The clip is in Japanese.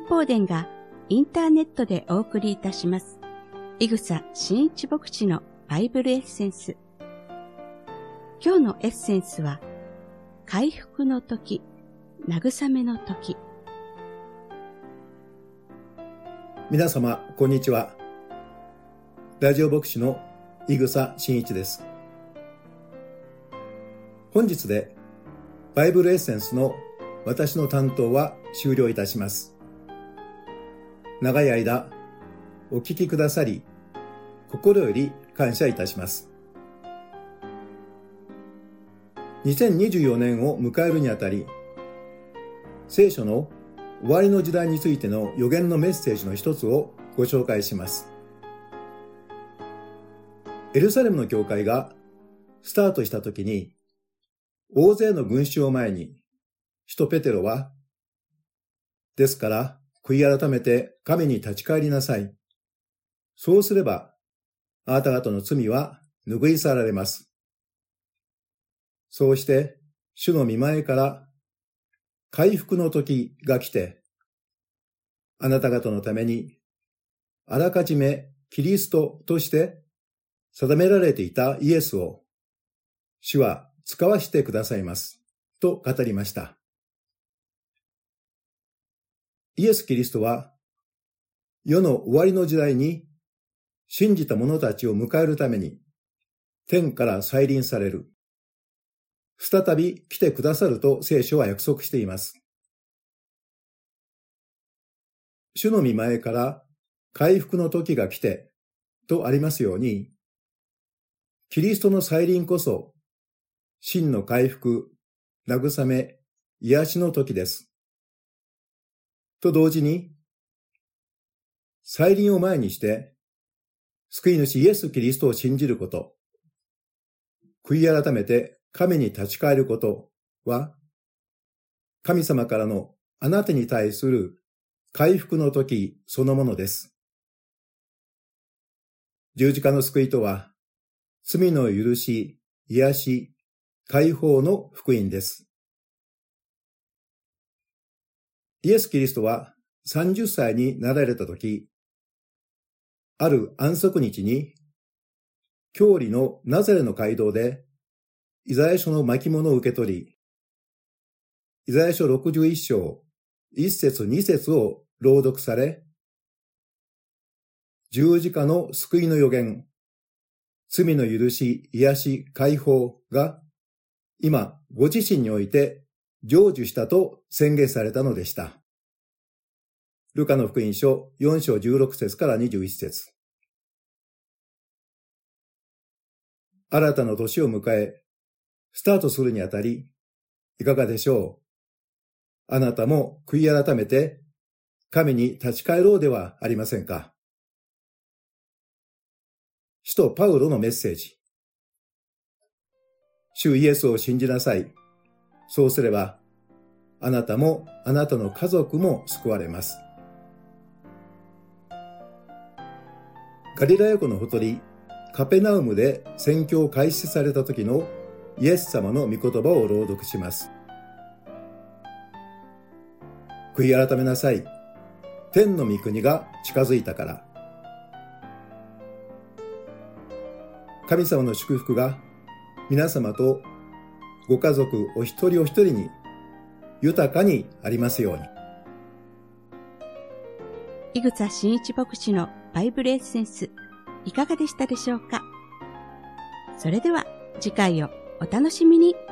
法殿がインターネットでお送りいたします。伊草真一牧師のバイブルエッセンス。今日のエッセンスは、回復の時、慰めの時。 皆様、こんにちは。ラジオ牧師の伊草真一です。本日でバイブルエッセンスの私の担当は終了いたします。長い間お聞きくださり心より感謝いたします。2024年を迎えるにあたり、聖書の終わりの時代についての予言のメッセージの一つをご紹介します。エルサレムの教会がスタートしたときに、大勢の群衆を前に、使徒ペテロは、ですから悔い改めて神に立ち返りなさい。そうすれば、あなた方の罪は拭い去られます。そうして、主の御前から回復の時が来て、あなた方のために、あらかじめキリストとして定められていたイエスを、主は使わしてくださいます、と語りました。イエス・キリストは、世の終わりの時代に信じた者たちを迎えるために、天から再臨される。再び来てくださると聖書は約束しています。主の御前から回復の時が来てとありますように、キリストの再臨こそ真の回復、慰め、癒しの時です。と同時に、再臨を前にして救い主イエス・キリストを信じること、悔い改めて神に立ち返ることは、神様からのあなたに対する回復の時そのものです。十字架の救いとは、罪の許し、癒し、解放の福音です。イエス・キリストは30歳になられた時、ある安息日に、郷里のナザレの街道で、イザヤ書の巻物を受け取り、イザヤ書61章、1節2節を朗読され、十字架の救いの予言、罪の許し、癒し、解放が、今、ご自身において成就したと宣言されたのでした。ルカの福音書4章16節から21節。新たな年を迎え、スタートするにあたり、いかがでしょう。あなたも悔い改めて、神に立ち返ろうではありませんか。使徒パウロのメッセージ。主イエスを信じなさい。そうすれば、あなたもあなたの家族も救われます。ガリラヤ湖のほとり、カペナウムで宣教を開始された時のイエス様の御言葉を朗読します。悔い改めなさい。天の御国が近づいたから。神様の祝福が皆様とご家族お一人お一人に豊かにありますように。 伊草真一牧師のバイブルエッセンス、いかがでしたでしょうか。それでは次回をお楽しみに。